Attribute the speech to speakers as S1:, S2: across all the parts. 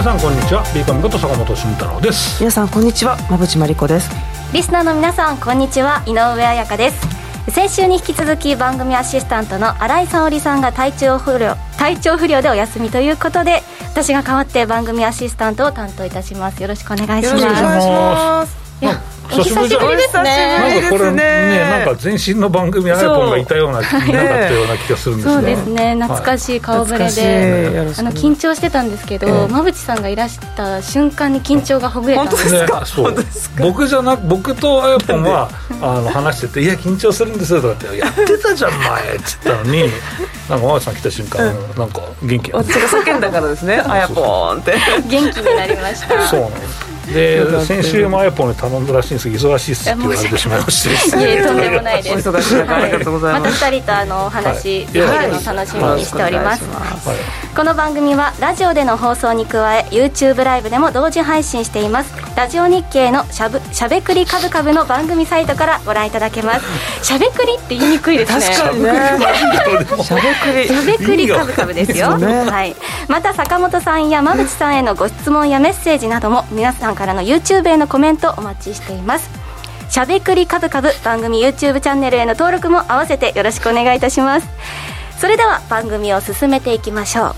S1: さんこんにちは。ビーコミこと坂本慎太郎です。
S2: 皆さんこんにちは。馬淵真理子です。
S3: リスナーの皆さんこんにちは。井上彩香です。先週に引き続き番組アシスタントの新井沙織さんが体調不良でお休みということで、私が代わって番組アシスタントを担当いたします。よろしくお願いします。
S2: よろしくお願いします。
S3: お久しぶりですね。
S1: なんかこれね、なんか全身の番組アイポンがいたような、なかったような気がするんですが、
S3: そうですね、懐かしい顔ぶれで、緊張してたんで
S2: すけ
S3: ど、馬淵さんがいらした瞬間に緊張がほぐれたんです。
S2: 本当ですか。
S1: 僕とアイポンは話してて、いや緊張するんですとかってやってたじゃん前って言ったのに、なんか馬淵さん来た瞬間、なんか元気。
S2: 私が叫んだからですね。アイポンって
S3: 元気になりました。
S1: そうなんです。で先週もアイポンで頼んだらしいんですけど、忙しいっすって言われてしまいまして
S3: いえ、とんでもないです。
S2: お忙しい中ありがとうございます。
S3: また2人とお話できるのを楽しみにしております。この番組はラジオでの放送に加え YouTube ライブでも同時配信しています。ラジオ日経のしゃべくりカブカブの番組サイトからご覧いただけます。しゃべくりって言いにくいですね。
S2: 確かにね。しゃべくり
S3: カブカブですよ。はい。また坂本さんや馬淵さんへのご質問やメッセージなども皆さんからの YouTube へのコメントお待ちしています。しゃべくりカブカブ番組 YouTube チャンネルへの登録も合わせてよろしくお願いいたします。それでは番組を進めていきましょう。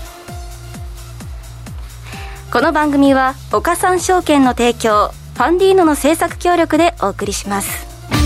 S3: この番組は岡三証券の提供、ファンディーノの制作協力でお送りします。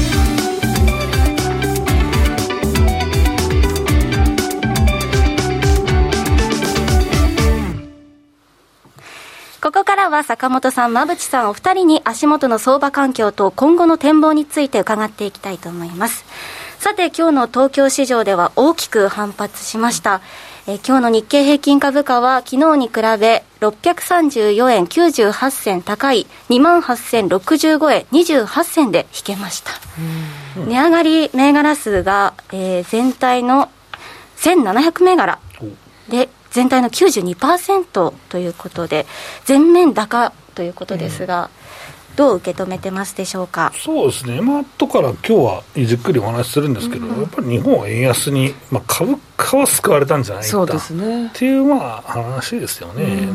S3: ここからは坂本さん、馬淵さんお二人に足元の相場環境と今後の展望について伺っていきたいと思います。さて今日の東京市場では大きく反発しました。今日の日経平均株価は昨日に比べ634円98銭高い 28,065 円28銭で引けました。値上がり銘柄数が、全体の1700銘柄で全体の 92% ということで全面高ということですが、どう受け止めてますでしょうか。
S1: そうですね、後から今日はじっくりお話しするんですけど、やっぱり日本は円安に、株価は救われたんじゃないか
S2: そうですね
S1: っていう話ですよね。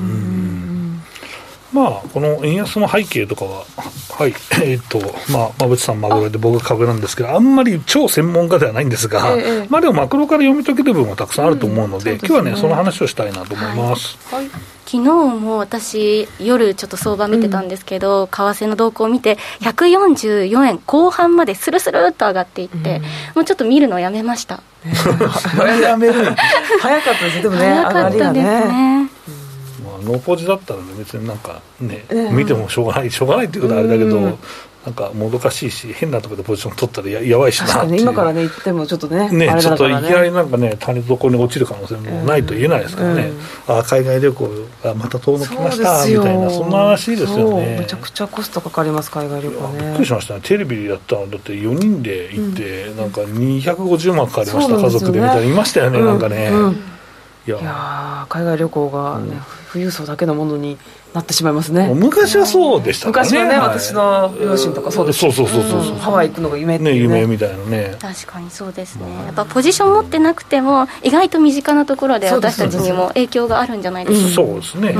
S1: この円安の背景とかは、馬淵さんマグロで僕が株なんですけど、あんまり超専門家ではないんですが、でもマクロから読み解ける部分はたくさんあると思うので、今日はねその話をしたいなと思います。
S3: 昨日も私夜ちょっと相場見てたんですけど、為替の動向を見て144円後半までスルスルっと上がっていって、もうちょっと見るのをやめました。
S2: やめる早かったです。でもね、
S3: 早かったですね。
S1: ノーポジだったら、ね、別になんかね、見てもしょうがないっていうことはあれだけど、なんかもどかしいし、変なところでポジション取ったら やばいしなっていう。確かに
S2: 今からね言ってもちょっとね、
S1: ちょっといきなりなんかね谷底に落ちる可能性もないと言えないですからね。海外旅行がまた遠のきましたみたいな、そんな話ですよね。
S2: めちゃくちゃコストかかります、海外旅行ね。
S1: びっくりしましたね。テレビでやったのだって4人で行って、なんか250万かかりました、家族でみたいな、いましたよね、なんかね。いや
S2: 海外旅行が、富裕層だけのものになってしまいますね。
S1: 昔はそうでしたからね。
S2: 昔はね、私の両親とかそうです。
S1: そう
S2: ハワイ行くのが夢っていう
S1: 夢みたいなね。
S3: 確かにそうですね。やっぱポジション持ってなくても意外と身近なところで私たちにも影響があるんじゃないですか。
S1: そうですね。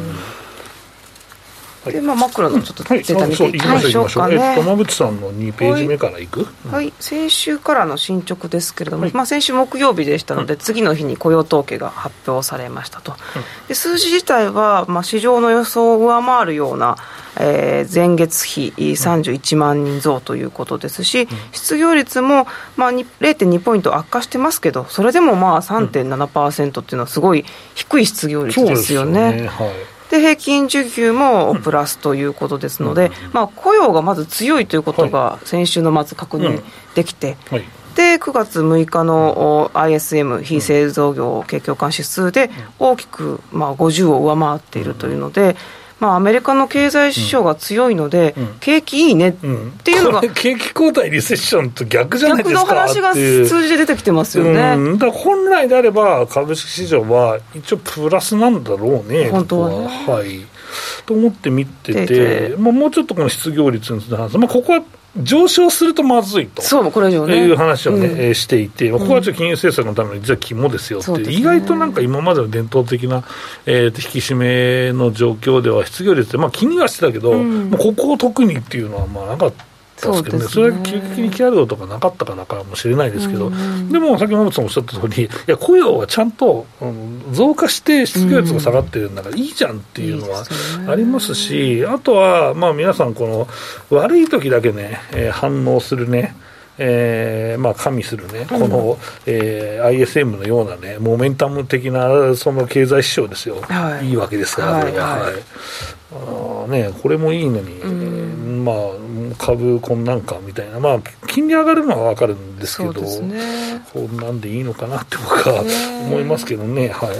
S2: でマクロのちょっとデータ見ていきましょうかね。
S1: 馬淵さんの2ページ目からいく。
S2: 先週からの進捗ですけれども、先週木曜日でしたので、次の日に雇用統計が発表されましたと。で数字自体は、市場の予想を上回るような、前月比31万人増ということですし、失業率も、0.2 ポイント悪化してますけど、それでも3.7% っていうのはすごい低い失業率ですよね。で平均受給もプラスということですので、雇用がまず強いということが先週の末確認できて、で9月6日の ISM 非製造業景況感指数で大きく50を上回っているというので、アメリカの経済指標が強いので、景気いいねっていうのが、
S1: 景気後退リセッションと逆じゃないですか。
S2: 逆の話が数字で出てきてますよね。
S1: だから本来であれば株式市場は一応プラスなんだろうね、
S2: 本当はね。
S1: と思って見てて、もうちょっとこの失業率について話す、ここは上昇するとまずいと、
S2: そうこれ以上、ね、
S1: いう話を、ねしていて、ここはちょっと金融政策のための実は肝ですよっていう、意外となんか今までの伝統的な、引き締めの状況では失業率で、気にはしてたけど、ここを特にっていうのはなかったですけどね、それは急激にキャリアとかなかったからかもしれないですけど、でも先ほどさんおっしゃった通り、いや雇用はちゃんと、増加して失業率が下がってるんだからいいじゃんっていうのはありますし、あとは皆さんこの悪い時だけね、反応するね、加味するね、この、ISM のようなね、モメンタム的なその経済指標ですよ、いいわけですから、これは、これもいいのに、株こんなんかみたいな、金利上がるのは分かるんですけど、こんなんでいいのかなって僕は思いますけどね、だから、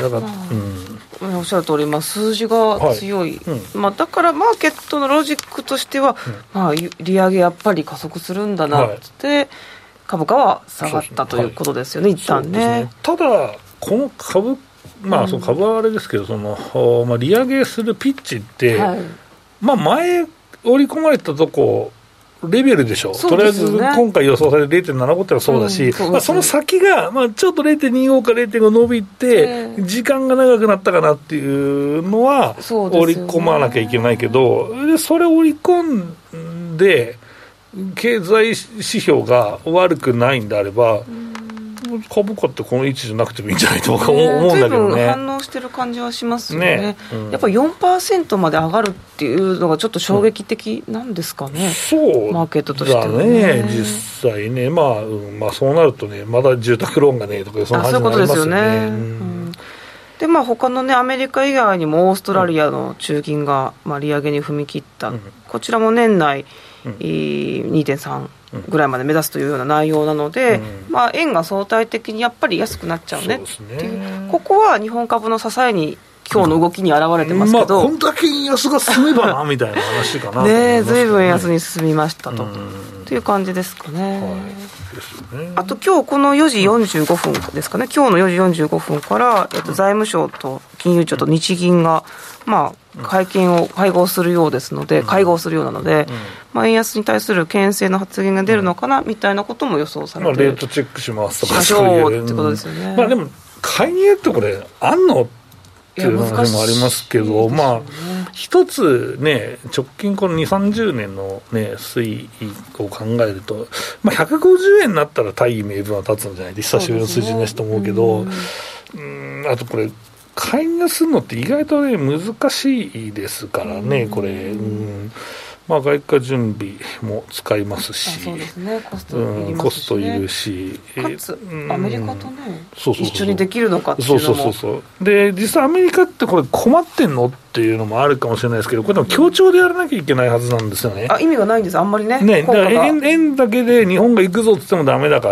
S2: おっしゃる通り、数字が強い、だからマーケットのロジックとしては、利上げやっぱり加速するんだなって、株価は下がったということですよね、一旦ね。
S1: ただ、この株、その株はあれですけど、利上げするピッチって、前織り込まれたとこレベルでしょ、とりあえず今回予想される 0.75 ってのはそうだし、その先が、ちょっと 0.25 か 0.5 伸びて、時間が長くなったかなっていうのは織り込まなきゃいけないけど、それを織り込んで経済指標が悪くないんであれば、株価ってこの位置じゃなくてもいいんじゃないと僕は思うんだけどね。
S2: 随分反応してる感じはしますよね。やっぱり 4% まで上がるっていうのがちょっと衝撃的なんですかね、
S1: そう
S2: マーケットとしては
S1: ね。実際ね、そうなるとね、まだ住宅ローンがねとかその話になりますよね。そういうことですよね。
S2: で他のね、アメリカ以外にもオーストラリアの中銀が、利上げに踏み切った、こちらも年内、2.3 ぐらいまで目指すというような内容なので、円が相対的にやっぱり安くなっちゃうねっていう、ここは日本株の支えに今日の動きに現れてますけど、
S1: こんだけ円安が進めばなみたいな話かな
S2: ね、随分円安に進みましたという感じですかね。あと今日この4時45分ですかね、今日の4時45分から、財務省と金融庁と日銀が会合するようですので、会合するようなので、円安に対する牽制の発言が出るのかなみたいなことも予想されている、
S1: レートチェックしますとか
S2: しましょうってことですよね。
S1: でも介入ってこれあんのっていう話もありますけど、一つね、直近この2、30年の、推移を考えると、150円になったら大義名分は立つんじゃないって久しぶりの数字ですと思うけど、あとこれ介入するのって意外とね難しいですからね、これ、外貨準備も使いますし、
S2: そうですね、コ
S1: ストいるし、
S2: かつアメリカとね、一緒にできるのかっていうのも、
S1: で実際アメリカってこれ困ってんのっていうのもあるかもしれないですけど、これでも協調でやらなきゃいけないはずなんですよね。
S2: 意味がないんです、あんまりね。
S1: だから円だけで日本が行くぞって言ってもダメだから、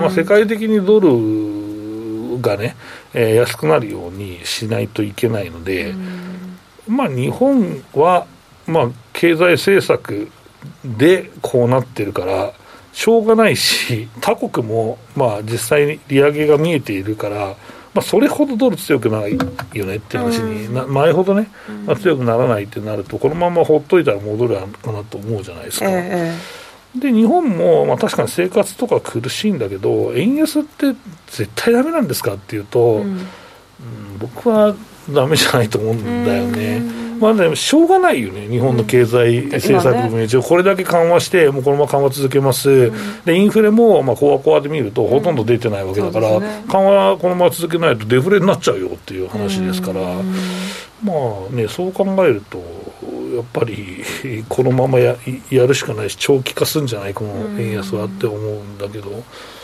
S1: 世界的にドルがね、安くなるようにしないといけないので、日本は経済政策でこうなってるからしょうがないし、他国も実際に利上げが見えているから、それほどドル強くないよねって話に、前ほどね、強くならないってなると、このままほっといたら戻るかなと思うじゃないですか。で日本も、確かに生活とか苦しいんだけど、円安って絶対ダメなんですかっていうと、僕はダメじゃないと思うんだよね。でもしょうがないよね、日本の経済政策も一応これだけ緩和してもうこのまま緩和続けます、でインフレもコアコアで見るとほとんど出てないわけだから、緩和このまま続けないとデフレになっちゃうよっていう話ですから、そう考えるとやっぱりこのまま やるしかないし、長期化するんじゃないこの円安はって思うんだけど、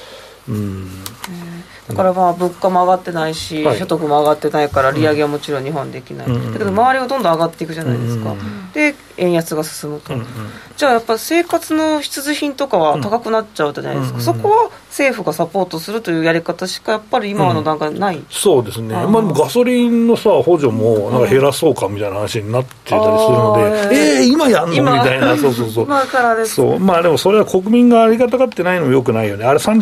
S2: だから物価も上がってないし、所得も上がってないから利上げはもちろん日本できない、だけど周りはどんどん上がっていくじゃないですか、で円安が進むと、じゃあやっぱ生活の必需品とかは高くなっちゃうじゃないですか、そこは政府がサポートするというやり方しかやっぱり今の段階ない、
S1: そうですね。でもガソリンの補助もなんか減らそうかみたいな話になってたりするので、今やんのみたいな、
S2: 今からです。
S1: でもそれは国民がありがたがってないのもよくないよね。あれ35円ぐらい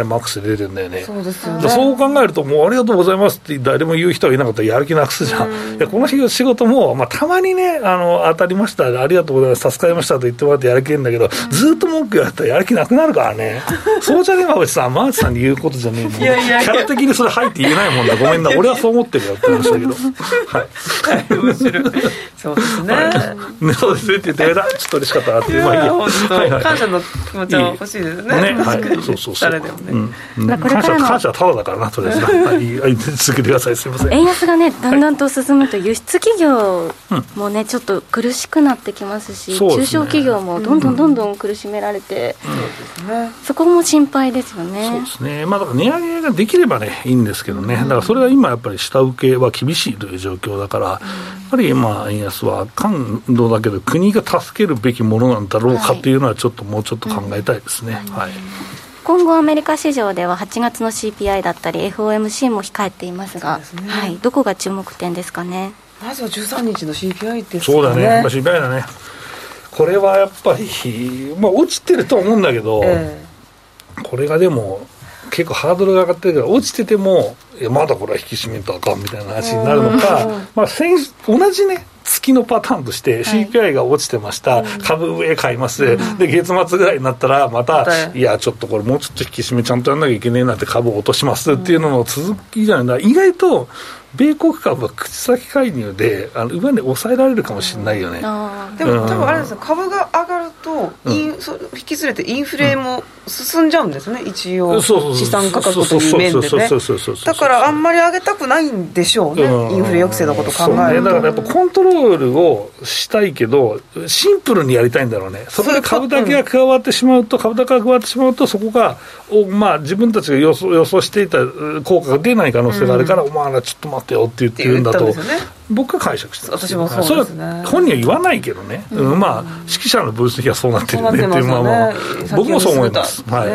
S1: マックスで出てるんだよね。
S2: そうですよね。
S1: そう考えるともうありがとうございますって誰も言う人がいなかったらやる気なくすじゃん。いやこの仕事も、まあ、たまにね当たりましたありがとうございます助かりましたと言ってもらってやる気るんだけど、ずっと文句言われたらやる気なくなるからね。そうじゃねえ馬淵さんに言うことじゃねえもん。キャラ的にそれはいって言えないもんだ。ごめんな俺はそう思ってるよって言いましたけどはい面白い
S2: そうですね、
S1: はい、そうですねって言ってちょっと嬉しかったなっていう。まあいいや
S2: 本当、はいはい、感謝の気持ちは欲しいですね。
S1: はい、そう誰でもね、感謝はただだからなとりあえずはい、続けてください。すみません。
S3: 円安がねだんだんと進むと輸出企業もねちょっと苦しくなってきますし、中小企業もどんどん苦しめられて、そこも心配ですよね。
S1: そうですね。まあだから値上げができればねいいんですけどね。だからそれが今やっぱり下請けは厳しいという状況だから、やっぱり今円安は感動だけど国が助けるべきものなんだろうかっていうのはちょっともうちょっと考えたいですね。はい。
S3: 今後アメリカ市場では8月の CPI だったり FOMC も控えていますが、はい、どこが注目点ですかね。
S2: まずは13日の CPI ですね。
S1: そうだね、やっぱ CPI だね。これはやっぱり、まあ、落ちてると思うんだけど、これがでも結構ハードルが上がってるから落ちててもまだこれは引き締めとあかんみたいな話になるのか、まあ、同じね月のパターンとして CPI が落ちてました、はい、株上買います、で月末ぐらいになったらまたいやちょっとこれもうちょっと引き締めちゃんとやんなきゃいけねえなって株を落としますっていうのの続きじゃない。意外と米国株は口先介入で上値抑えられるかもしれないよね。
S2: でも多分あれですよ、株が上がると引きずれてインフレも進んじゃうんですね、一応資産価格という面でね。だからあんまり上げたくないんでしょうね、インフレ抑制のことを考えると。だからやっぱコントロールをしたいけどシンプルにやりたいんだろうね。そこで株だけが加わってしまうと、株高が加わってしまうとそこがまあ、自分たちが予想していた効果が出ない可能性があるから、お前らちょっと待ってよって言ってるんだと僕は解釈してます。 私もそうですね。
S1: それは本人は言わないけどね、まあ指揮者の分析はそうなってるよねっていう、まあまあ僕もそう思います。はい、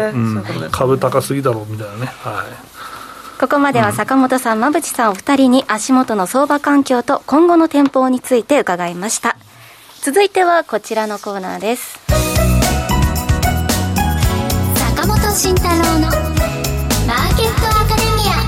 S1: 株高すぎだろうみたいなね。はい。
S3: ここまでは坂本さん、馬淵さんお二人に足元の相場環境と今後の展望について伺いました。続いてはこちらのコーナーです。
S4: 坂本慎太郎のマーケットアカデミア。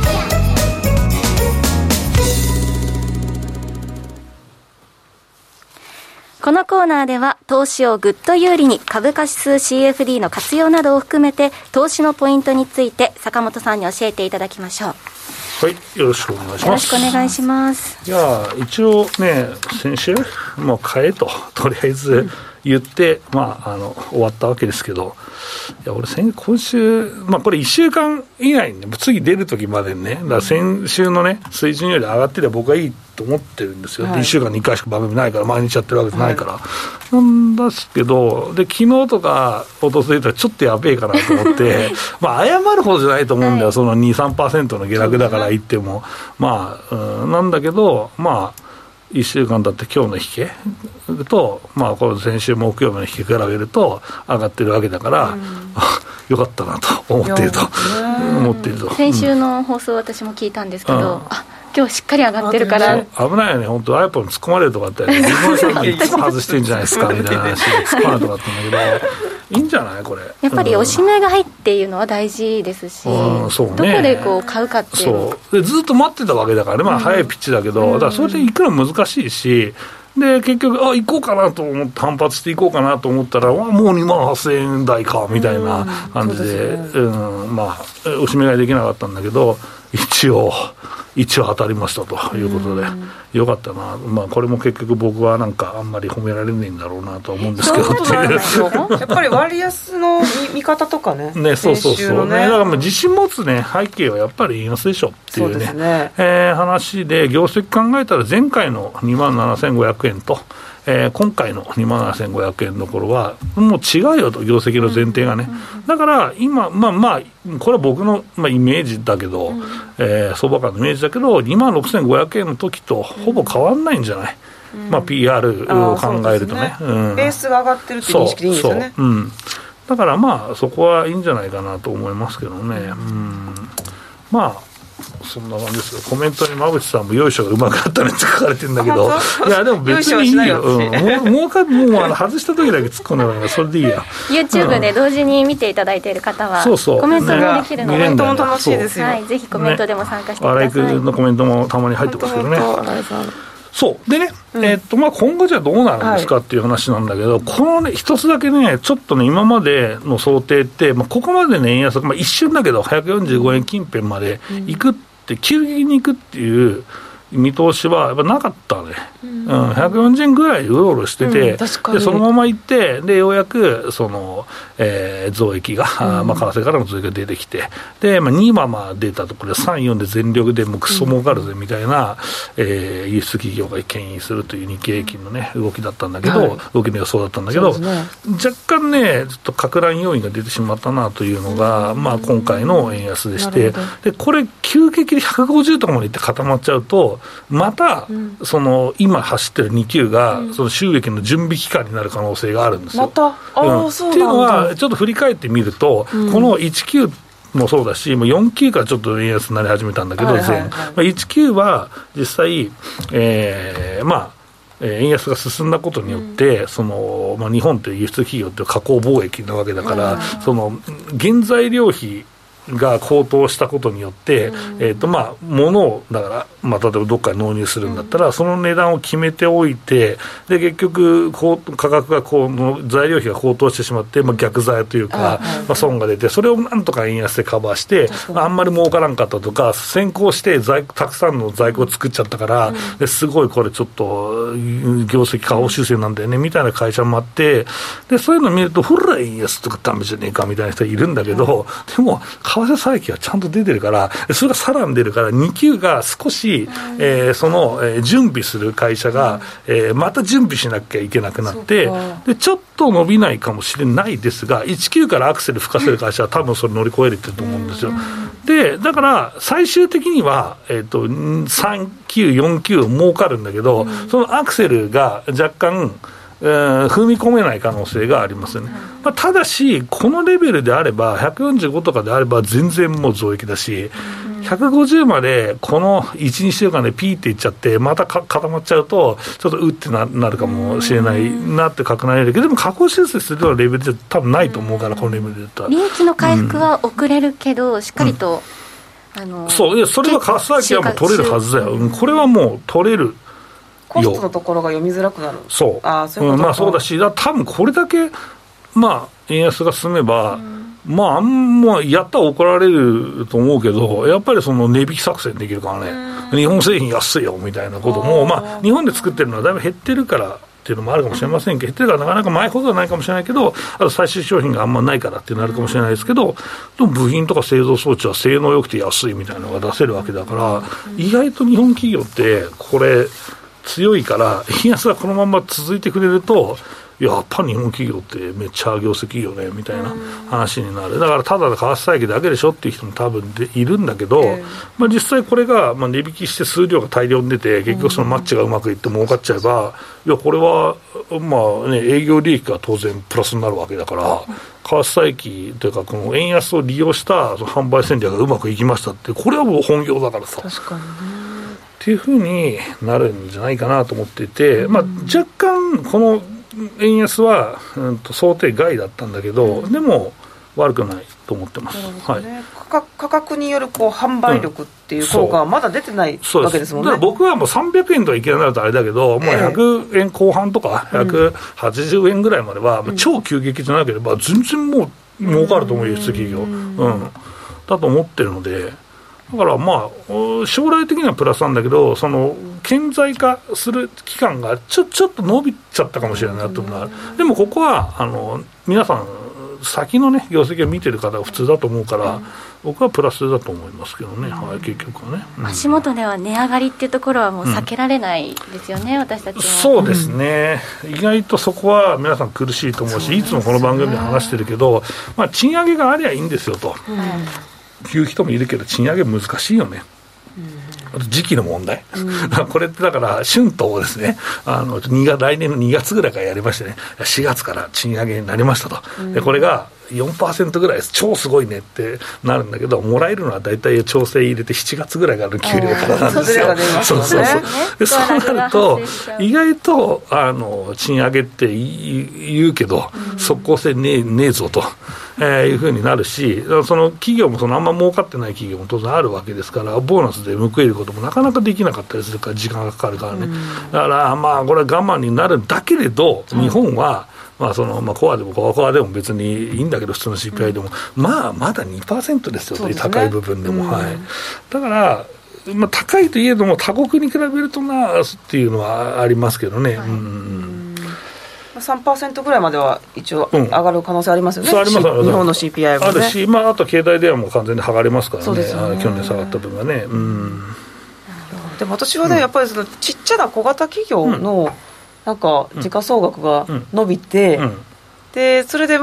S3: このコーナーでは投資をぐっと有利に株価指数 CFD の活用などを含めて投資のポイントについて坂本さんに教えていただきましょう。
S1: はい、よろしくお願いします。
S3: よろしくお願いします。
S1: じゃあ一応ね先週もう買えとりあえず言って、まあ、終わったわけですけど、いや俺今週、まあ、これ1週間以内に、ね、次出る時までにね、だから先週のね水準より上がってれば僕はいいと思ってるんですよ、はい、1週間に1回しか番組ないから毎日やってるわけじゃないから、はい、なんですけど、で昨日とか訪れたらちょっとやべえかなと思ってまあ謝るほどじゃないと思うんだよ、はい、その 2,3% の下落だから言っても、まあ、なんだけどまあ1週間経って今日の引けと、まあ、この先週木曜日の引け比べると上がってるわけだから、よかったなと思っていると。
S3: 先週の放送私も聞いたんですけど、今日しっかり上がってるから
S1: 危ないよね。本当 iPhone 突っ込まれるとかってリズムさんがいつも外してんじゃないですかみたいな話で突っ込まれるとかって言うんだけどいいんじゃないこれ。
S3: やっぱりおしめ買いっていうのは大事ですし、そうね、どこでこう買うかっていうの
S1: そうでずっと待ってたわけだからね、まあ、早いピッチだけど、だからそれでいくら難しいし、で結局行こうかなと思って反発していこうかなと思ったらもう2万8000円台かみたいな感じで、まあおしめ買いできなかったんだけど一応当たりましたということで、よかったな。まあこれも結局僕はなんかあんまり褒められないんだろうなと思うんですけど
S2: やっぱり割安の見方とかね
S1: そうだから自信持つね背景はやっぱり円安でしょっていうね、話で業績考えたら前回の27,500円と今回の27,500円の頃はもう違うよと業績の前提がね、だから今まあこれは僕の、イメージだけど、相場感のイメージだけど26,500円の時とほぼ変わんないんじゃない、PR を考えるとね、
S2: ベースが上がってるって認識でいいんですよね。
S1: だからまあそこはいいんじゃないかなと思いますけどね。まあそんな感じですよ。コメントに馬渕さんもよいしょがうまくなったねって書かれてるんだけど、いやでも別にいいよ。もう外した時だけ突っ込んでからそれでいいや。
S3: YouTube で同時に見ていただいている方は、コメントもできるので、
S2: コメントも楽しいですよ。
S3: はい、ぜひコメントでも参加してください。
S1: 新井君のコメントもたまに入ってますけどね。そうでね、今後じゃあどうなるんですかっていう話なんだけど、このね一つだけねちょっとね今までの想定って、ここまでの円安が、一瞬だけど145円近辺まで行くって、急激に行くっていう見通しはやっぱなかったね、140円ぐらいうろうろしてて、でそのまま行って、でようやくその、増益が、為替からの増益が出てきて、で、2マ出たところで3、4で全力でもうクソ儲かるぜみたいな、輸出企業が牽引するという日経平均の、ね、動きだったんだけど、動きの予想だったんだけど、若干ねちょっと撹乱要因が出てしまったなというのが、今回の円安でして、でこれ急激に150とかまでいって固まっちゃうと、また、その今走ってる2級が、その収益の準備期間になる可能性があるんですよ。
S2: そうなんだ。
S1: っていうのはちょっと振り返ってみると、この1級もそうだし、もう4級からちょっと円安になり始めたんだけど、1級は実際、円安が進んだことによって、その日本という輸出企業って加工貿易なわけだから、その原材料費が高騰したことによって、物をだから、例えばどっかに納入するんだったら、その値段を決めておいて、で結局価格が材料費が高騰してしまって、逆剤というか、損が出て、それをなんとか円安でカバーして、あんまり儲からんかったとか、先行してたくさんの在庫を作っちゃったから、ですごいこれちょっと業績下方修正なんだよねみたいな会社もあって、でそういうのを見ると、ほら円安とかダメじゃねえかみたいな人いるんだけど、でも為替差益はちゃんと出てるから、それがさらに出るから、2級が少し、その、準備する会社が、また準備しなきゃいけなくなって、でちょっと伸びないかもしれないですが、1級からアクセル吹かせる会社は多分それ乗り越えれてると思うんですよ。でだから最終的には、3級4級儲かるんだけど、そのアクセルが若干踏み込めない可能性がありますよね。ただしこのレベルであれば145とかであれば全然もう増益だし、150までこの 1,2 週間でピーっていっちゃってまた固まっちゃうとちょっとうってなるかもしれないなって確認できるけど、でも下方修正するようなレベルじゃ多分ないと思うから、このレベルで言ったら
S3: 利益の回復は遅れるけど、しっかりと、
S1: そういやそれはカス差益はもう取れるはずだよ、これはもう取れる。
S2: コストのところが読みづらくなる。
S1: そう。そうだし、多分これだけ円安が進めば、やったら怒られると思うけど、やっぱりその値引き作戦できるからね、日本製品安いよみたいなことも、日本で作ってるのはだいぶ減ってるからっていうのもあるかもしれませんけど、減ってるからなかなか前ほどはないかもしれないけど、あと最終商品があんまないからっていうのがあるかもしれないですけど、でも部品とか製造装置は性能良くて安いみたいなのが出せるわけだから、意外と日本企業ってこれ強いから、円安がこのまま続いてくれると、やっぱ日本企業ってめっちゃ業績いいよねみたいな話になる。だからただ為替差益だけでしょっていう人も多分いるんだけど、実際これが値引きして数量が大量に出て、結局そのマッチがうまくいって儲かっちゃえば、いやこれは営業利益が当然プラスになるわけだから、為替差益というかこの円安を利用した販売戦略がうまくいきましたって、これはもう本業だからさ。
S2: 確かにね。
S1: っていうふうになるんじゃないかなと思っていて、若干この円安は、想定外だったんだけど、でも悪くないと思ってます。
S2: 価格による販売力っていう効果はまだ出てないわけですもんね。
S1: だから僕はもう300円とはいけないとあれだけど、もう100円後半とか180円ぐらいまでは、超急激じゃなければ全然もう儲かると思うよ、輸出企業、だと思ってるので。だから将来的にはプラスなんだけど、その顕在化する期間がちょっと伸びちゃったかもしれないなと思うのは、でもここは皆さん先のね業績を見てる方が普通だと思うから、僕はプラスだと思いますけどね、結局はね、
S3: 足元では値上がりっていうところはもう避けられないですよね、私たちは。
S1: そうですね、意外とそこは皆さん苦しいと思うし、いつもこの番組で話してるけど、賃上げがありゃいいんですよと、いう人もいるけど、賃上げ難しいよね、あと時期の問題、これってだから春闘をですね、来年の2月ぐらいからやりましてね、4月から賃上げになりましたと、でこれが 4% ぐらい超すごいねってなるんだけど、もらえるのは大体調整入れて7月ぐらいからの給料からなんですよ。そうでそうなると意外と賃上げって言うけど、即効性ねえぞと、いうふうになるし、その企業もあんま儲かってない企業も当然あるわけですから、ボーナスで報えることもなかなかできなかったりするから時間がかかるからね。だからまあこれは我慢になるんだけれど、日本はコアでもコアでも別にいいんだけど、普通の CPI でも、まだ 2% ですよという、高い部分でも、だから、高いといえども他国に比べるとなっていうのはありますけどね。
S2: 3% ぐらいまでは一応上がる可能性ありますよね。
S1: そうあります。
S2: 日本の CPI もね
S1: あるし、あと携帯電話も完全に剥がれますからね。去年下がった分がね。
S2: でも私はね、やっぱりそのちっちゃな小型企業のなんか時価総額が伸びて、でそれで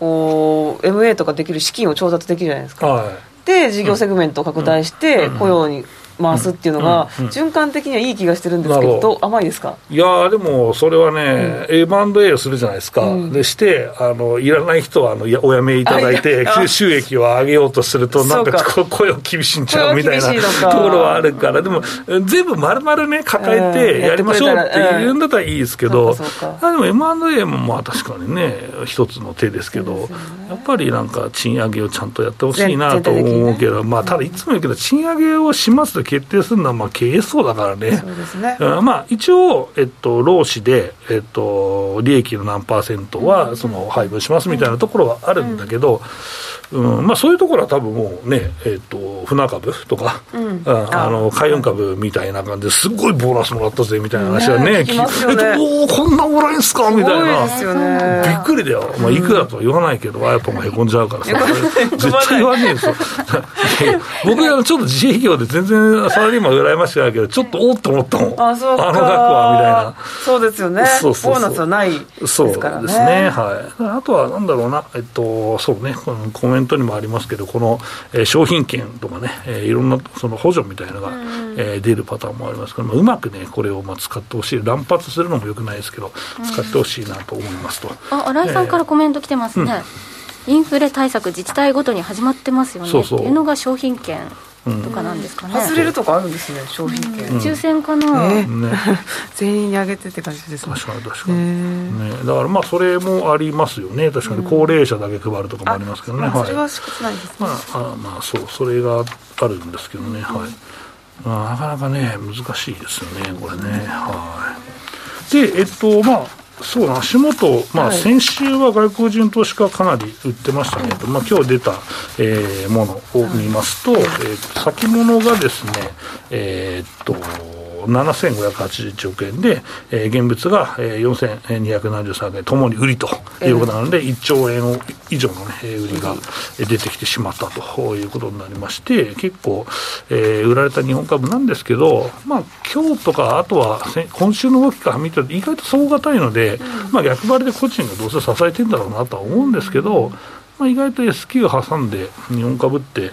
S2: MA とかできる資金を調達できるじゃないですか、で事業セグメントを拡大して雇用に回すっていうのが循環的にはいい気がしてるんですけど、甘いですか？
S1: いやでもそれはね、M&A をするじゃないですか、でしていらない人はお辞めいただいて収益を上げようとするとなんか声を厳しいんちゃうみたいなところはあるから、でも全部丸々ね抱えてやりましょうっていうんだったらいいですけど、でも M&A も確かにね一つの手ですけど、やっぱりなんか賃上げをちゃんとやってほしいなと思うけど、ただいつも言うけど賃上げをしますと決定するのは経営層だからね。
S2: そうですね。
S1: 一応、労使で、利益の何%は配分しますみたいなところはあるんだけど、そういうところは多分もうね、船株とか、海運株みたいな感じですごいボーナスもらったぜみたいな話はね、こんなもらえんすかみたいな、びっくりだよ。いくらとは言わないけど、やっぱへこんじゃうからさ、絶対言わねえですよ。僕ちょっと自営業で全然サラリーマン羨ましくないけど、ちょっとおっと思ったもん。
S2: そうか。
S1: 額はみたいな。
S2: そうですよね。ボーナスはないですからね。
S1: そうですね。あとはなんだろうな、そうね、このコメントにもありますけど、この、商品券とかね、いろんな補助みたいなのが、出るパターンもありますから、うまくねこれを使ってほしい。乱発するのもよくないですけど、使ってほしいなと思いますと。
S3: 新井さんからコメント来てますね。インフレ対策自治体ごとに始まってますよね。っていうのが商品券とかなんですかね。
S2: 外れるとかあるんですね、商品券。
S3: 抽選かな、
S2: 全員にあげてって感じですね。
S1: 確かに、だからそれもありますよね。確かに高齢者だけ配るとかもありますけどね。
S2: それは少ないですね。
S1: それがあるんですけどね。なかなかね難しいですよねこれね。でそうな足元、先週は外国人投資家かなり売ってましたけど、今日出た、ものを見ますと、先物がですね、7581億円で、現物が、4273億円ともに売りということなので、1兆円以上の、売りが出てきてしまったということになりまして、結構、売られた日本株なんですけど、今日とかあとは今週の動きから見てると意外と底堅いので、逆張りで個人がどうせ支えてるんだろうなとは思うんですけど、意外と S q 挟んで日本株って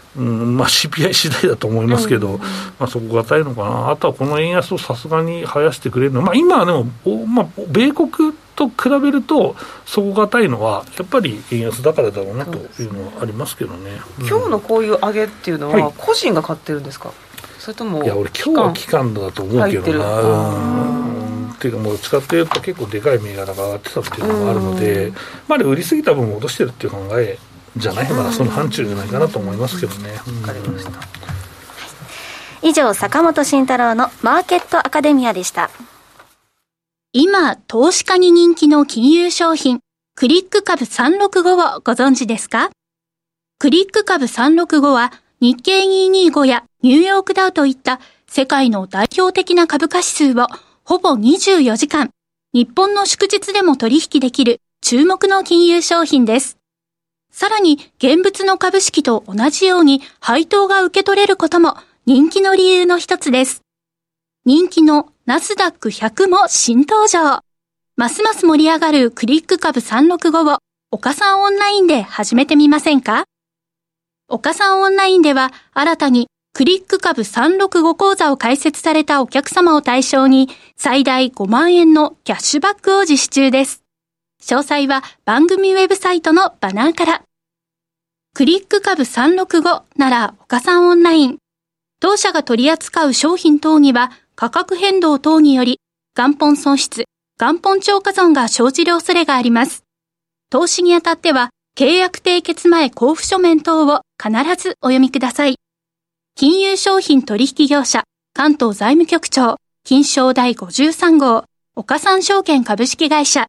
S1: CPI 次第だと思いますけど、そこがたいのかな。あとはこの円安をさすがに生やしてくれるのは、今はでも、米国と比べると底堅いのはやっぱり円安だからだろうなというのはありますけどね。
S2: 今日のこういう上げっていうのは個人が買ってるんですか、それとも。
S1: いや俺今日は機関だと思うけどな。っていうかもう使ってると結構でかい銘柄が上がってたっていうのもあるので、売りすぎた分戻してるっていう考えじゃない、その範疇じゃないかなと思いますけどね。
S2: わかりました。
S3: 以上、坂本慎太郎のマーケットアカデミアでした。
S5: 今、投資家に人気の金融商品、クリック株365をご存知ですか？クリック株365は日経225やニューヨークダウといった世界の代表的な株価指数をほぼ24時間、日本の祝日でも取引できる注目の金融商品です。さらに現物の株式と同じように配当が受け取れることも人気の理由の一つです。人気のナスダック100も新登場。ますます盛り上がるクリック株365を岡さんオンラインで始めてみませんか？岡さんオンラインでは新たにクリック株365講座を開設されたお客様を対象に最大5万円のキャッシュバックを実施中です。 詳細は番組ウェブサイトのバナーから。クリック株365なら岡さんオンライン。当社が取り扱う商品等には価格変動等により元本損失、元本超過損が生じる恐れがあります。投資にあたっては契約締結前交付書面等を必ずお読みください。金融商品取引業者関東財務局長金商第53号岡三証券株式会社。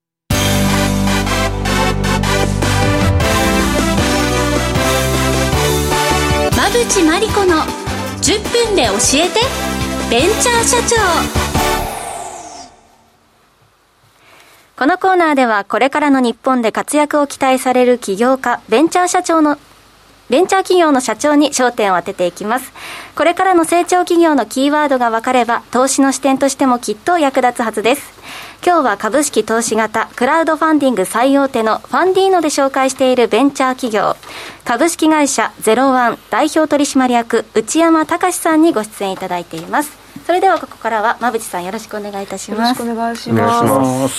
S5: 馬淵真理子の10分で教えてベンチャー社長。
S3: このコーナーではこれからの日本で活躍を期待される起業家、ベンチャー企業の社長に焦点を当てていきます。これからの成長企業のキーワードが分かれば投資の視点としてもきっと役立つはずです。今日は株式投資型クラウドファンディング最大手のファンディーノで紹介しているベンチャー企業株式会社01代表取締役内山隆さんにご出演いただいています。それではここからは馬淵さんよろしくお願いいたします。
S2: よろしくお願いします。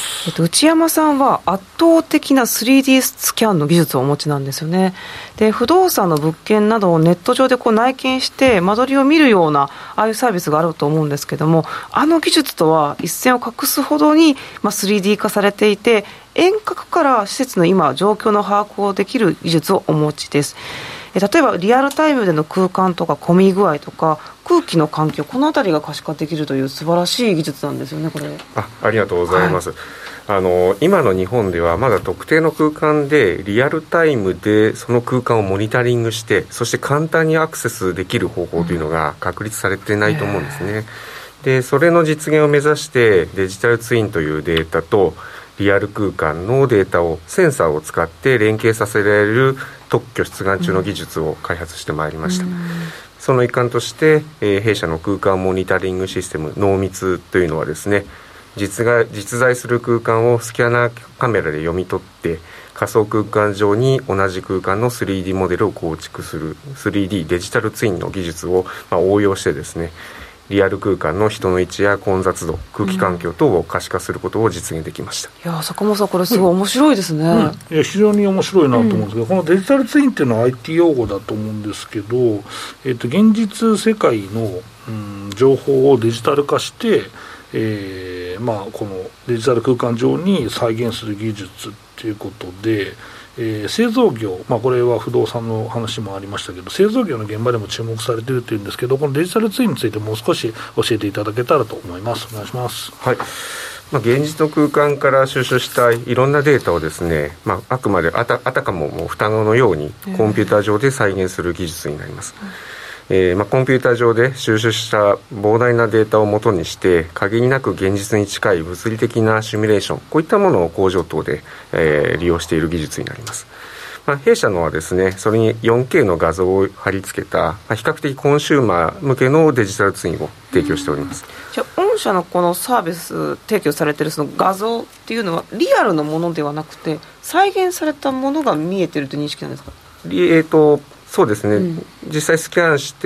S2: 内山さんは圧倒的な 3D スキャンの技術をお持ちなんですよね。で不動産の物件などをネット上で内見して間取りを見るようなああいうサービスがあると思うんですけども、あの技術とは一線を画すほどに、3D 化されていて遠隔から施設の今状況の把握をできる技術をお持ちです。例えばリアルタイムでの空間とか混み具合とか空気の環境、このあたりが可視化できるという素晴らしい技術なんですよね。これ
S6: ありがとうございます、今の日本ではまだ特定の空間でリアルタイムでその空間をモニタリングしてそして簡単にアクセスできる方法というのが確立されてないと思うんですね。でそれの実現を目指してデジタルツインというデータとリアル空間のデータをセンサーを使って連携させられる特許出願中の技術を開発してまいりました。その一環として、弊社の空間モニタリングシステム濃密というのはですね、実在する空間をスキャナーカメラで読み取って仮想空間上に同じ空間の 3D モデルを構築する 3D デジタルツインの技術を、応用してですね、リアル空間の人の位置や混雑度、空気環境等を可視化することを実現できました。
S2: いや坂本さんこれすごい面白いですね。
S1: いや非常に面白いなと思うんですけど、このデジタルツインっていうのは IT 用語だと思うんですけど、現実世界の、情報をデジタル化して、このデジタル空間上に再現する技術ということで、製造業、これは不動産の話もありましたけど製造業の現場でも注目されているというんですけど、このデジタルツインについてもう少し教えていただけたらと思います。お願いします。
S6: はい、現実の空間から収集したいろんなデータをですね、あくまであたかも双子のようにコンピューター上で再現する技術になります。コンピューター上で収集した膨大なデータを元にして限りなく現実に近い物理的なシミュレーション、こういったものを工場等で、利用している技術になります。弊社のはですね、それに 4K の画像を貼り付けた、比較的コンシューマー向けのデジタルツインを提供しております。
S2: じゃあ御社のこのサービス提供されているその画像っていうのはリアルのものではなくて再現されたものが見えているという認識なんですか？
S6: そうですね、実際スキャンして、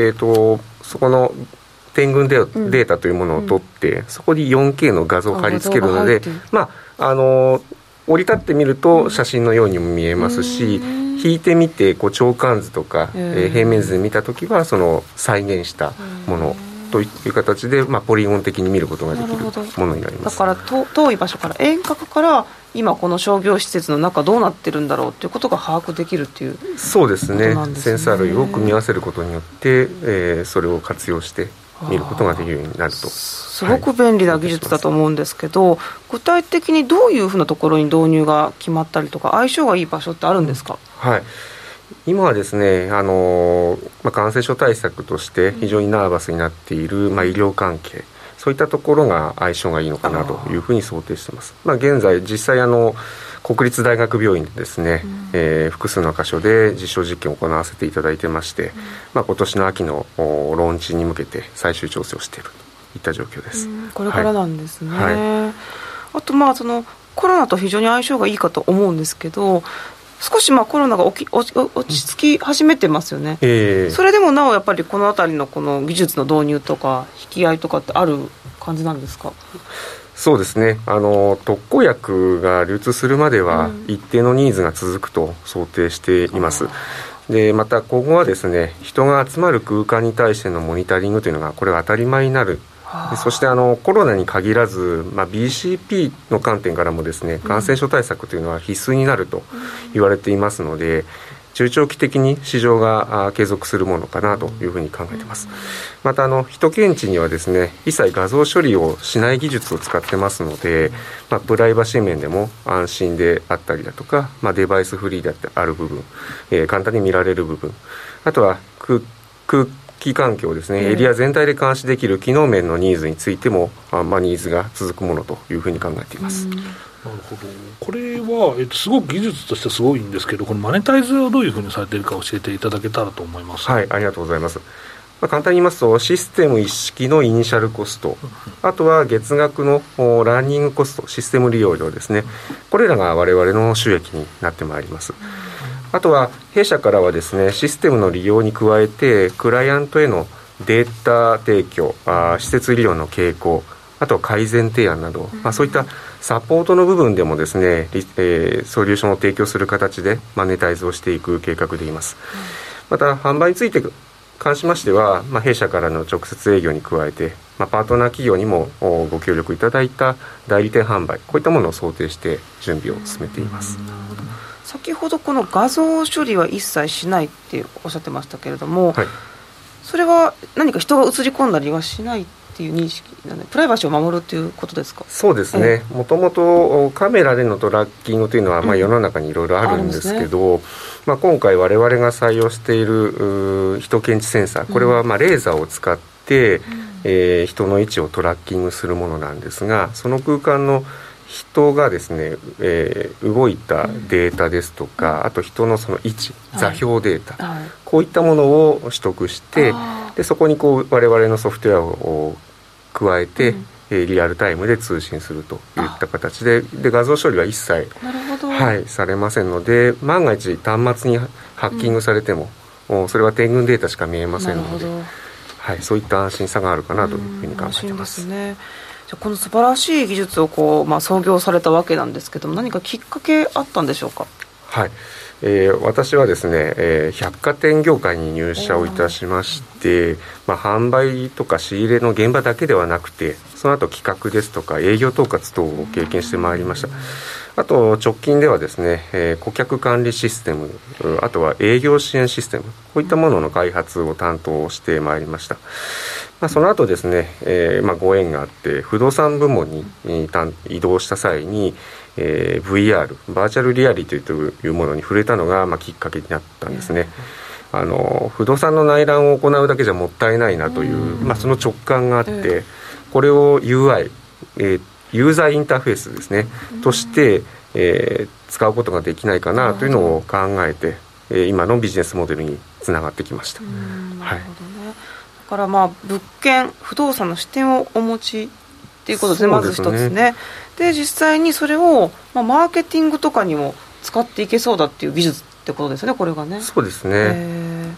S6: そこの点群データというものを取って、そこに 4K の画像を貼り付けるので、降り立ってみると写真のようにも見えますし、引いてみて長関図とか、平面図で見たときはその再現したものという形で、ポリゴン的に見ることができるものになります。
S2: だから遠い場所から遠隔から今この商業施設の中どうなってるんだろうということが把握できるっていう、
S6: そうですね、センサー類を組み合わせることによって、それを活用して見ることができるようになると。
S2: すごく便利な技術だと思うんですけど、具体的にどういうふうなところに導入が決まったりとか相性がいい場所ってあるんですか？
S6: はい、今はですね、感染症対策として非常にナーバスになっている、医療関係、そういったところが相性がいいのかなというふうに想定しています。現在実際国立大学病院でですね、複数の箇所で実証実験を行わせていただいてまして、今年の秋のローンチに向けて最終調整をしているといった状況です。
S2: これからなんですね。
S6: はい、
S2: あとそのコロナと非常に相性がいいかと思うんですけど、少しコロナが落ち着き始めてますよね。それでもなおやっぱりこのあたりのこの技術の導入とか引き合いとかってある感じなんですか？
S6: そうですね、特効薬が流通するまでは一定のニーズが続くと想定しています。でまた今後はですね、人が集まる空間に対してのモニタリングというのがこれは当たり前になる。そしてコロナに限らず、BCP の観点からもですね、感染症対策というのは必須になると言われていますので、中長期的に市場が継続するものかなというふうに考えています。また人検知にはですね、一切画像処理をしない技術を使ってますので、プライバシー面でも安心であったりだとか、デバイスフリーである部分、簡単に見られる部分、あとは空気環境ですね、エリア全体で監視できる機能面のニーズについても、ニーズが続くものというふうに考えています。
S1: なるほど。これは、すごく技術としてすごいんですけど、このマネタイズをどういうふうにされているか教えていただけたらと思います。
S6: はい、ありがとうございます。簡単に言いますと、システム一式のイニシャルコスト、あとは月額のランニングコスト、システム利用料ですね、これらが我々の収益になってまいります。あとは弊社からはですね、システムの利用に加えてクライアントへのデータ提供、施設利用の傾向、あとは改善提案など、そういったサポートの部分でもですね、ソリューションを提供する形でマネタイズをしていく計画でいます。また販売について関しましては、弊社からの直接営業に加えて、パートナー企業にもご協力いただいた代理店販売、こういったものを想定して準備を進めています。
S2: 先ほどこの画像処理は一切しないっておっしゃってましたけれども、はい、それは何か人が映り込んだりはしないっていう認識なので、プライバシーを守るということですか？
S6: そうですね、もともとカメラでのトラッキングというのは、世の中にいろいろあるんですけど、今回我々が採用している人検知センサー、これはレーザーを使って、人の位置をトラッキングするものなんですが、その空間の人がですね、動いたデータですとか、あと人のその位置、座標データ、こういったものを取得して、でそこに我々のソフトウェアを加えて、リアルタイムで通信するといった形で、画像処理は一切、されませんので、万が一端末にハッキングされても、それは点群データしか見えませんので、そういった安心さがあるかなというふうに考えています。
S2: じゃこの素晴らしい技術を創業されたわけなんですけども、何かきっかけあったんでしょうか？
S6: はい、私はですね、百貨店業界に入社をいたしまして、販売とか仕入れの現場だけではなくて、その後企画ですとか営業統括等を経験してまいりました。あと直近ではですね、顧客管理システム、あとは営業支援システム、こういったものの開発を担当してまいりました。その後ですね、ご縁があって不動産部門に移動した際に、VR バーチャルリアリティというものに触れたのが、きっかけになったんですね。不動産の内覧を行うだけじゃもったいないなという、その直感があって、これを UI、ユーザーインターフェースですね、として、使うことができないかなというのを考えて、今のビジネスモデルにつながってきました。
S2: なるほどね。だから物件、不動産の視点をお持ちっていうことで、まず一つね。で実際にそれを、マーケティングとかにも使っていけそうだっていう技術ってことですよね、これがね。
S6: そうですね。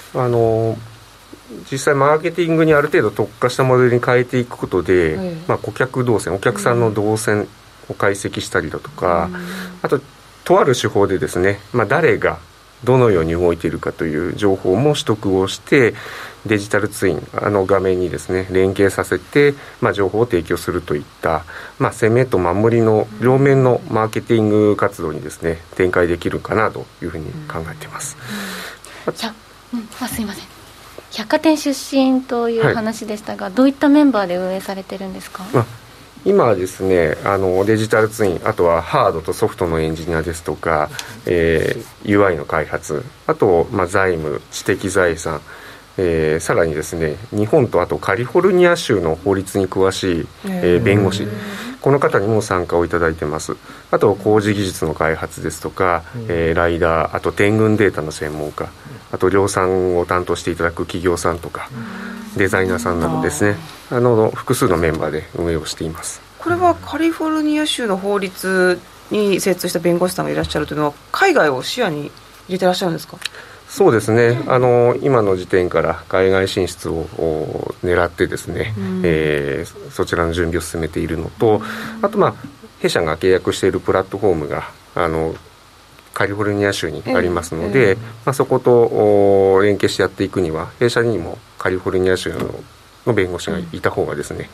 S6: 実際マーケティングにある程度特化したモデルに変えていくことで、顧客動線、お客さんの動線を解析したりだとか、あととある手法でですね、誰がどのように動いているかという情報も取得をして、デジタルツイン、画面にですね連携させて、情報を提供するといった、攻めと守りの両面のマーケティング活動にですね展開できるかなというふうに考えています。
S3: すいません、百貨店出身という話でしたが、どういったメンバーで運営されてるんですか？
S6: 今はですね、デジタルツイン、あとはハードとソフトのエンジニアですとか、UI の開発、あと、財務、知的財産、さらにですね、日本とあとカリフォルニア州の法律に詳しい、弁護士、この方にも参加をいただいてます。あと工事技術の開発ですとか、ライダー、あと点群データの専門家、あと量産を担当していただく企業さんとか、デザイナーさんなどですね、複数のメンバーで運営をしています。
S2: これはカリフォルニア州の法律に精通した弁護士さんがいらっしゃるというのは、海外を視野に入れてらっしゃるんですか？
S6: そうですね、今の時点から海外進出を狙ってですね、そちらの準備を進めているのと、あと弊社が契約しているプラットフォームがカリフォルニア州にありますので、そこと連携してやっていくには弊社にもカリフォルニア州の弁護士がいた方がですね、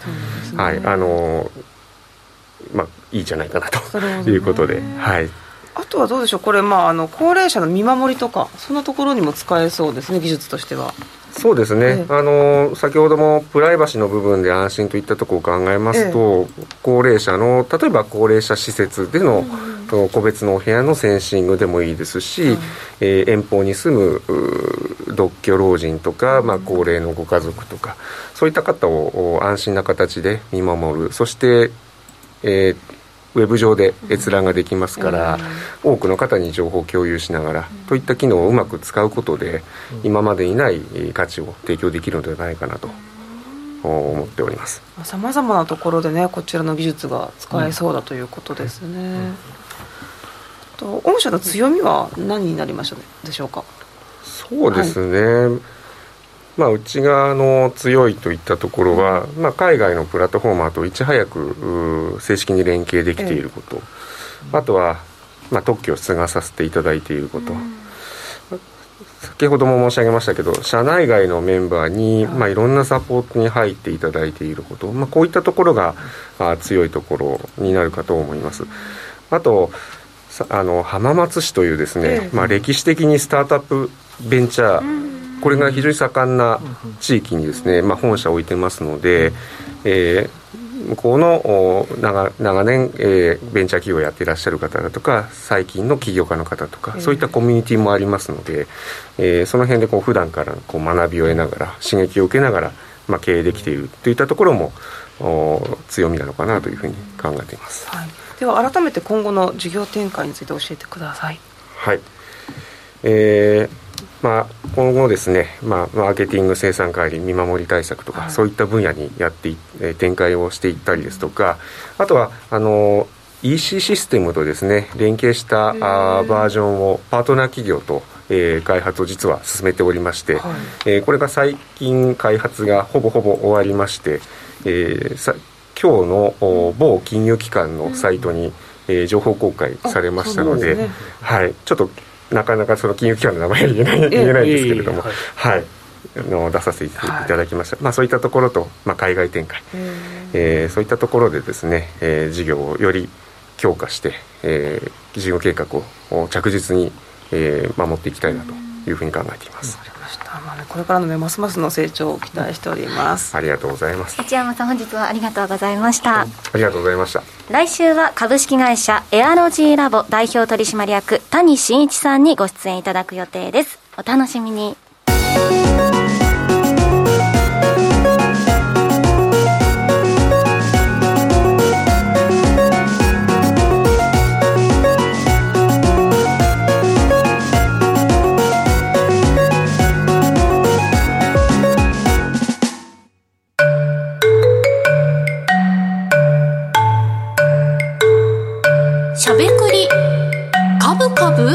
S6: いいんじゃないかなということで、
S2: あとはどうでしょう、これ、高齢者の見守りとかそんなところにも使えそうですね、技術としては。
S6: そうですね、先ほどもプライバシーの部分で安心といったところを考えますと、高齢者の例えば高齢者施設での個別のお部屋のセンシングでもいいですし、遠方に住む独居老人とか、高齢のご家族とかそういった方を安心な形で見守る、そして、ウェブ上で閲覧ができますから、多くの方に情報を共有しながら、といった機能をうまく使うことで、今までにない価値を提供できるのではないかなと思っております。
S2: さまざまなところでね、こちらの技術が使えそうだということですね。御社の強みは何になりましたでしょうか。
S6: そうですね、内側の強いといったところは、海外のプラットフォーマーといち早く正式に連携できていること、あとは、特許を出願させていただいていること、先ほども申し上げましたけど、社内外のメンバーに、いろんなサポートに入っていただいていること、こういったところが、強いところになるかと思います。あと浜松市というですね、歴史的にスタートアップベンチャー、これが非常に盛んな地域にですね、本社を置いてますので、向こうの長年、ベンチャー企業をやっていらっしゃる方だとか、最近の起業家の方とか、そういったコミュニティもありますので、その辺で普段から学びを得ながら、刺激を受けながら、経営できているといったところも強みなのかなというふうに考えています。
S2: では改めて今後の事業展開について教えてください。
S6: 今後ですね、マーケティング、生産管理、見守り対策とか、そういった分野に展開をしていったりですとか、あとはEC システムとですね連携したバージョンをパートナー企業と開発を実は進めておりまして、これが最近開発がほぼ終わりまして、今日の某金融機関のサイトに、情報公開されましたので、ちょっとなかなかその金融機関の名前は言えないんですけれども、出させていただきました。そういったところと、海外展開、そういったところでですね、事業をより強化して、事業計画を着実に、守っていきたいなというふうに考えています。
S2: これからのますますの成長を期待しております。
S6: ありがとうございます。
S3: 内山さん、本日はありがとうございました。
S6: ありがとうございました。
S3: 来週は株式会社エアロジーラボ代表取締役谷真一さんにご出演いただく予定です。お楽しみに。
S5: しゃべくりカブカブ、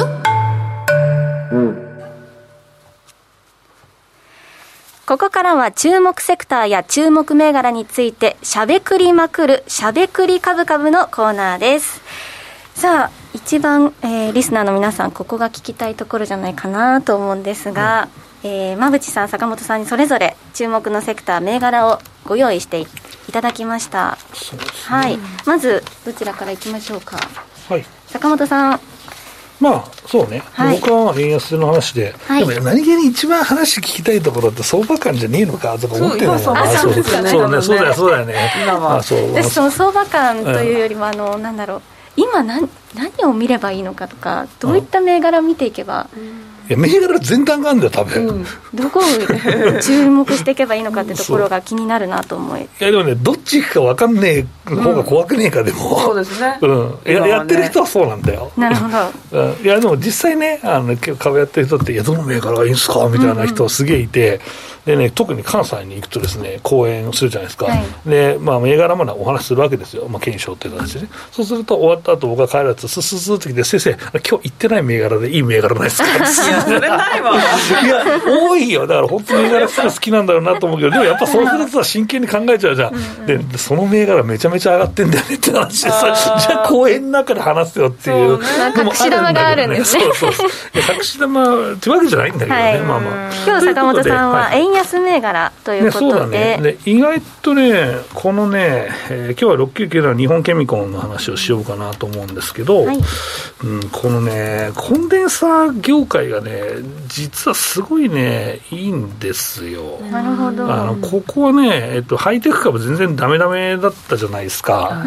S3: ここからは注目セクターや注目銘柄についてしゃべくりまくるしゃべくりカブカブのコーナーです。さあ一番、リスナーの皆さんここが聞きたいところじゃないかなと思うんですが、馬淵さん坂本さんにそれぞれ注目のセクター銘柄をご用意していただきました。
S1: そうです
S3: はい、
S1: ね、
S3: まずどちらからいきましょうか。坂本さん。
S1: そうね、僕は円安の話で、でも何気に一番話聞きたいところって相場感じゃねえのかとか思ってるの
S2: そうだよね。
S3: 今は私その相場感というよりも今何を見ればいいのかとか、どういった銘柄を見ていけば、
S1: いや銘柄全体があるんだよ多分、
S3: どこを注目していけばいいのかってところが気になるなと思い。い
S1: やでもね、どっちか分かんねえ方が怖くねえかでも、
S2: そうですね、
S1: やってる人はそうなんだよ。
S3: なるほど。
S1: いやでも実際ね、株やってる人って、いやどの銘柄がいいんすかみたいな人すげえいて、 でね、特に関西に行くとですね、講演をするじゃないですか、
S3: はい、
S1: で銘柄までお話しするわけですよ、検証という形でね。そうすると終わった後僕が帰るとスススって来て、先生今日行ってない銘柄でいい銘柄ないですかいや
S2: それないわ
S1: いや多いよ。だから本当に銘柄好きなんだろうなと思うけど、でもやっぱそうすると真剣に考えちゃうじゃん。でその銘柄めちゃめちゃ上がってんだよねって話でさ、じゃあ講演の中で話すよっていう、
S3: 隠し玉があるんですね。
S1: そう隠し玉ってわけじゃないんだけどね、はい、
S3: 今日坂本さんは円安銘柄ということで、
S1: そうだね。で意外とね、このね、今日は699の日本ケミコンの話をしようかなと思うんですけど、はい、このねコンデンサー業界がね実はすごいねいいんですよ。
S3: なるほど。
S1: ここはね、ハイテク株全然ダメだったじゃないですか、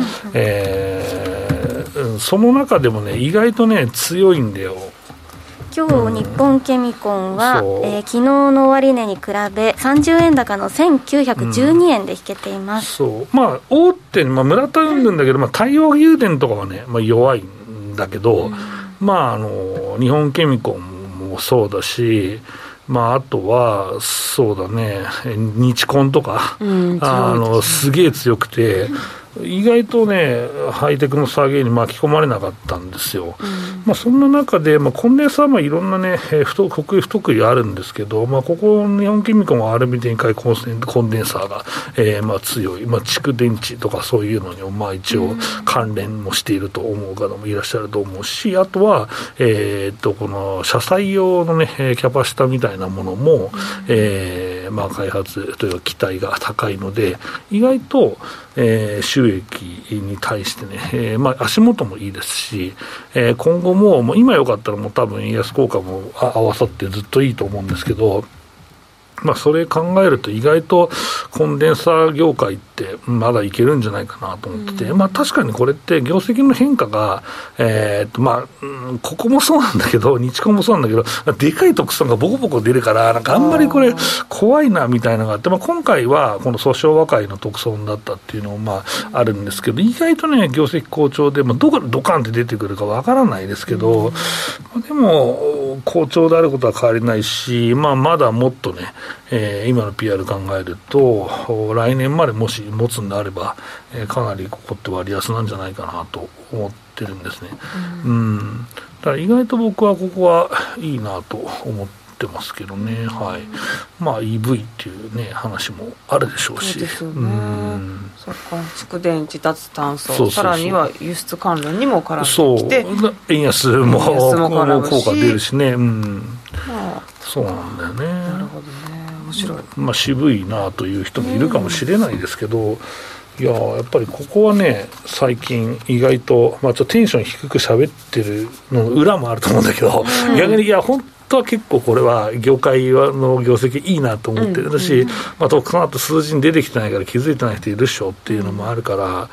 S1: その中でもね意外とね強いんだよ。
S3: 今日日本ケミコンは、昨日の終値に比べ30円高の1912円で引けています、
S1: そう大手に、村田うんだけど、太陽油田とかはね、弱いんだけど、日本ケミコンもそうだし、あとはそうだね、日コンとか、すげえ強くて、意外とねハイテクの下げに巻き込まれなかったんですよ、そんな中で、コンデンサーいろんなね不得意あるんですけど、ここ日本ケミコンはアルミ電解コンデンサーが、強い、蓄電池とかそういうのに一応関連もしていると思う方もいらっしゃると思うし、あとは、この車載用のねキャパシタみたいなものも、開発というか期待が高いので、意外と、収益に対してね、足元もいいですし、今後も今よかったらもう多分円安効果も合わさってずっといいと思うんですけど、それ考えると意外とコンデンサー業界ってまだいけるんじゃないかなと思ってて、確かにこれって業績の変化が、ここもそうなんだけど日コンもそうなんだけど、でかい特産がボコボコ出るからあんまりこれ怖いなみたいなのがあって、今回はこの訴訟和解の特損だったっていうのもあるんですけど、意外とね業績好調で、どこからドカンって出てくるかわからないですけど、でも好調であることは変わりないし、まだもっとね今の PR 考えると来年までもし持つんであれば、かなりここって割安なんじゃないかなと思ってるんですね、だから意外と僕はここはいいなと思ってますけどね、EV っていうね話もあるでしょうし、
S2: そうですよね、そっか、蓄電池脱炭素、さらには輸出関連にも絡んできて、
S1: 円安も効果出るしね、そうなんだよね。
S2: なるほどね、面白い。
S1: 渋いなという人もいるかもしれないですけど、やっぱりここはね最近意外と、ちょっとテンション低く喋ってるの裏もあると思うんだけど、逆に本当は結構これは業界の業績いいなと思ってるし、その後数字に出てきてないから気づいてない人いるっしょっていうのもあるから、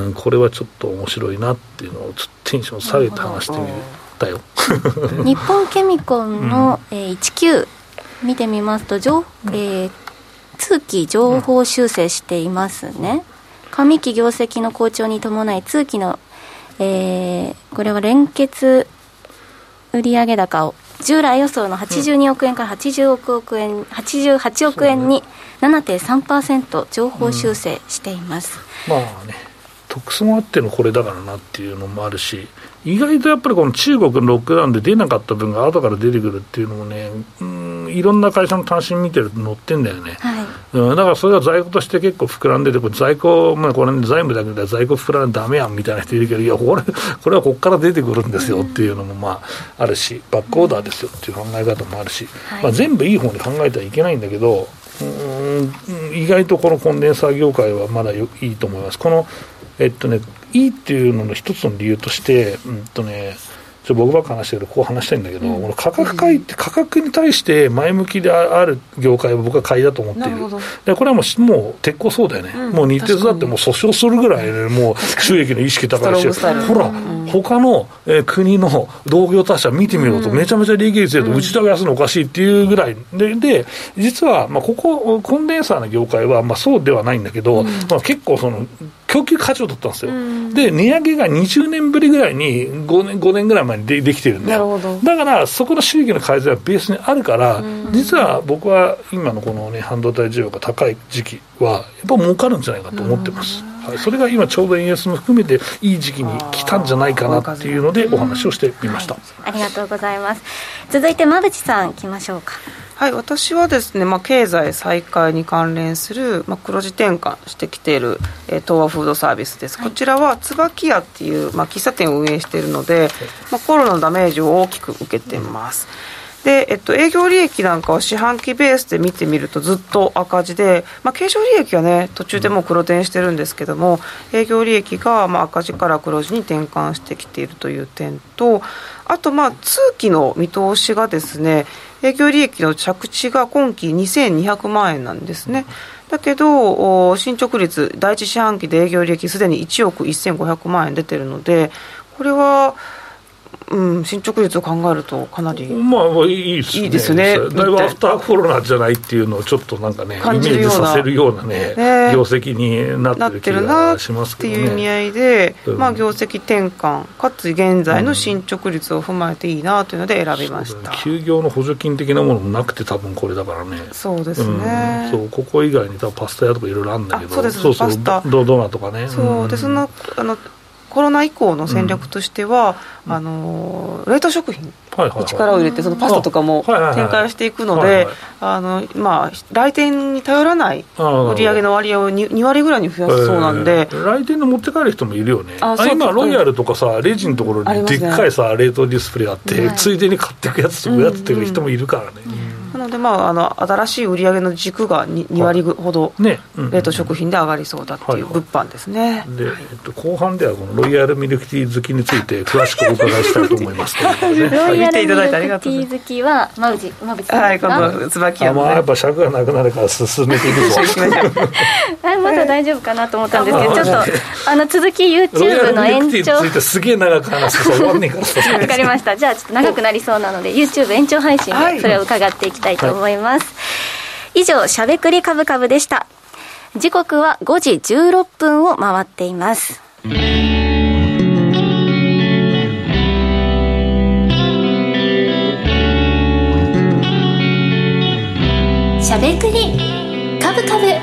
S1: これはちょっと面白いなっていうのをちょっとテンション下げて話してみたよ
S3: 日本ケミコンの、19見てみますと通期上方修正していますね。上期業績の好調に伴い通期の、これは連結売上高を従来予想の82億円から88億円に 7.3% 上方修正しています。
S1: 特損あってのこれだからなっていうのもあるし、意外とやっぱりこの中国のロックダウンで出なかった分が後から出てくるっていうのもね、いろんな会社の単身見てると載ってんだよね、だからそれが在庫として結構膨らんでて、在庫、これ財務だけで在庫膨らんでダメやんみたいな人いるけど、いやこれはここから出てくるんですよっていうのもあるし、バックオーダーですよっていう考え方もあるし、全部いい方に考えてはいけないんだけど、意外とこのコンデンサー業界はまだいいと思います。このいいっていうのの一つの理由として、僕ばっか話してるけどこう話したいんだけど、この価格買いって価格に対して前向きである業界は僕は買いだと思っている。でこれはもう鉄鋼そうだよね、もう日鉄だってもう訴訟するぐらい、もう収益の意識高いしほら、他の、国の同業他社見てみろと、めちゃめちゃ利益率でうちだけ安いのおかしいっていうぐらいで実はここコンデンサーの業界はそうではないんだけど、結構その供給過剰だったんですよ。で値上げが20年ぶりぐらいに5年ぐらい前に できてるんだよ。だからそこの収益の改善はベースにあるから、実は僕は今のこの、ね、半導体需要が高い時期はやっぱ儲かるんじゃないかと思ってます。はい、それが今ちょうど円安も含めていい時期に来たんじゃないかなっていうのでお話をしてみました。
S3: はい、ありがとうございます。続いて馬渕さんいきましょうか。
S2: はい、私はですね、経済再開に関連する、黒字転換してきている、東和フードサービスです。こちらは椿屋っていう、喫茶店を運営しているので、コロナのダメージを大きく受けています。で営業利益なんかは四半期ベースで見てみるとずっと赤字で、経常利益はね途中でもう黒転してるんですけども、営業利益が赤字から黒字に転換してきているという点と、あと通期の見通しがですね、営業利益の着地が今期2200万円なんですね。だけど進捗率第一四半期で営業利益すでに1億1500万円出てるので、これは進捗率を考えるとかなり
S1: いいですね。だいぶアフターコロナじゃないっていうのをちょっとなんかねイメージさせるようなね業績になってる気がしますけどね。
S2: っていう意味合いで、業績転換かつ現在の進捗率を踏まえていいなというので選びました。
S1: 休業の補助金的なものもなくて多分これだからね。
S2: そうですね、
S1: そうここ以外に多分パスタ屋とかいろいろあるんだけど、
S2: そうです
S1: パスタドーナとかね。
S2: そうで、そのコロナ以降の戦略としては、冷凍食品に力を入れて、そのパスタとかも展開していくので、来店に頼らない売上の割合を 2割ぐらいに増やすそうなんで、
S1: 来店で持って帰る人もいるよね。今ロイヤルとかさ、レジのところにでっかいさ、冷凍ディスプレイあって、ついでに買っていくやつとおやつっていう人もいるからね。
S2: なので、新しい売上の軸が 2割ほど冷凍食品で上がりそうだっていう物販ですね。
S1: で後半ではこのロイヤルミルクティー好きについて詳しくお伺いしたいと思いますけどね。
S3: ロイヤルミルクティー好きは馬渕さんですか？
S2: はい、今度椿屋の
S1: やっぱ尺がなくなるから進めていくぞ
S3: まだ大丈夫かなと思ったんですけど、ちょっと続き YouTube の延長ロイヤルミルクティーについて
S1: すげえ長く話して終わんねえから
S3: わかりました。じゃあちょっと長くなりそうなので YouTube 延長配信でそれを伺っていきたいと思います。以上、しゃべくりカブカブでした。時刻は5時16分を回っています。
S4: しゃべくりカブカブ。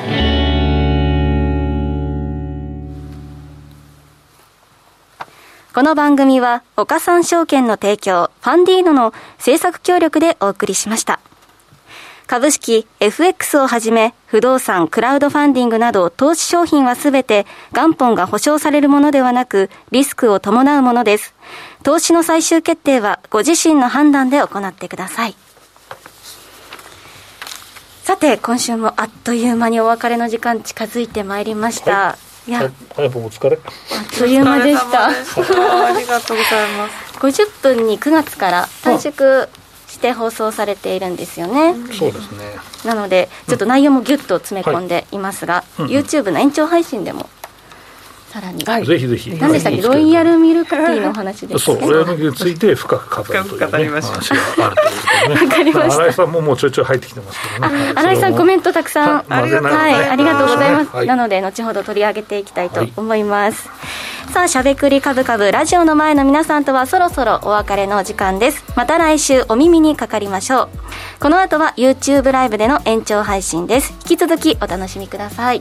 S3: この番組は岡三証券の提供、ファンディーノの制作協力でお送りしました。株式、FX をはじめ不動産、クラウドファンディングなど投資商品はすべて元本が保証されるものではなくリスクを伴うものです。投資の最終決定はご自身の判断で行ってください。さて今週もあっという間にお別れの時間近づいてまいりました。いや、
S1: 早くお疲れ。
S3: あっという間でした。
S2: ありがとうございます。
S3: 50分に9月から短縮して放送されているんですよね。
S1: そうですね。
S3: なのでちょっと内容もギュッと詰め込んでいますが、YouTube の延長配信でもさらに、
S1: ぜひぜひ。
S3: 何でしたっけ、ロイヤルミルクティーの話ですね。
S1: そう、ロイヤルミルクティーについて深く語るという、話があるということでね。
S3: わかりました。
S1: 新井さんももうちょいちょい入ってきてますけどね。
S3: 新井さんコメントたくさん、ありがとうございます。
S1: はい、
S3: なので後ほど取り上げていきたいと思います。さあ、しゃべくりカブカブ、ラジオの前の皆さんとはそろそろお別れの時間です。また来週お耳にかかりましょう。この後は YouTube ライブでの延長配信です。引き続きお楽しみください。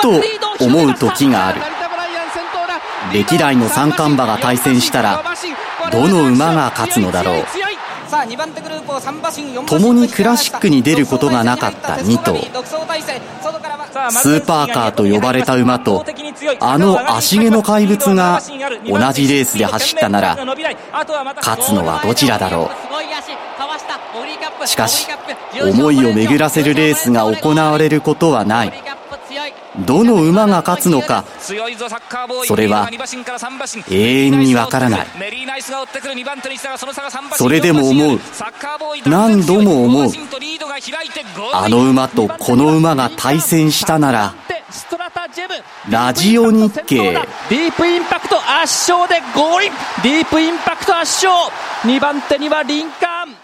S7: と思う時がある。歴代の三冠馬が対戦したらどの馬が勝つのだろう。共にクラシックに出ることがなかった2頭、スーパーカーと呼ばれた馬とあの足毛の怪物が同じレースで走ったなら勝つのはどちらだろう。しかし思いを巡らせるレースが行われることはない。どの馬が勝つのか、それは永遠にわからない。それでも思う、何度も思う、あの馬とこの馬が対戦したならラジオ日経。
S8: ディープインパクト圧勝でゴールイン。ディープインパクト圧勝。2番手にはリンカーン。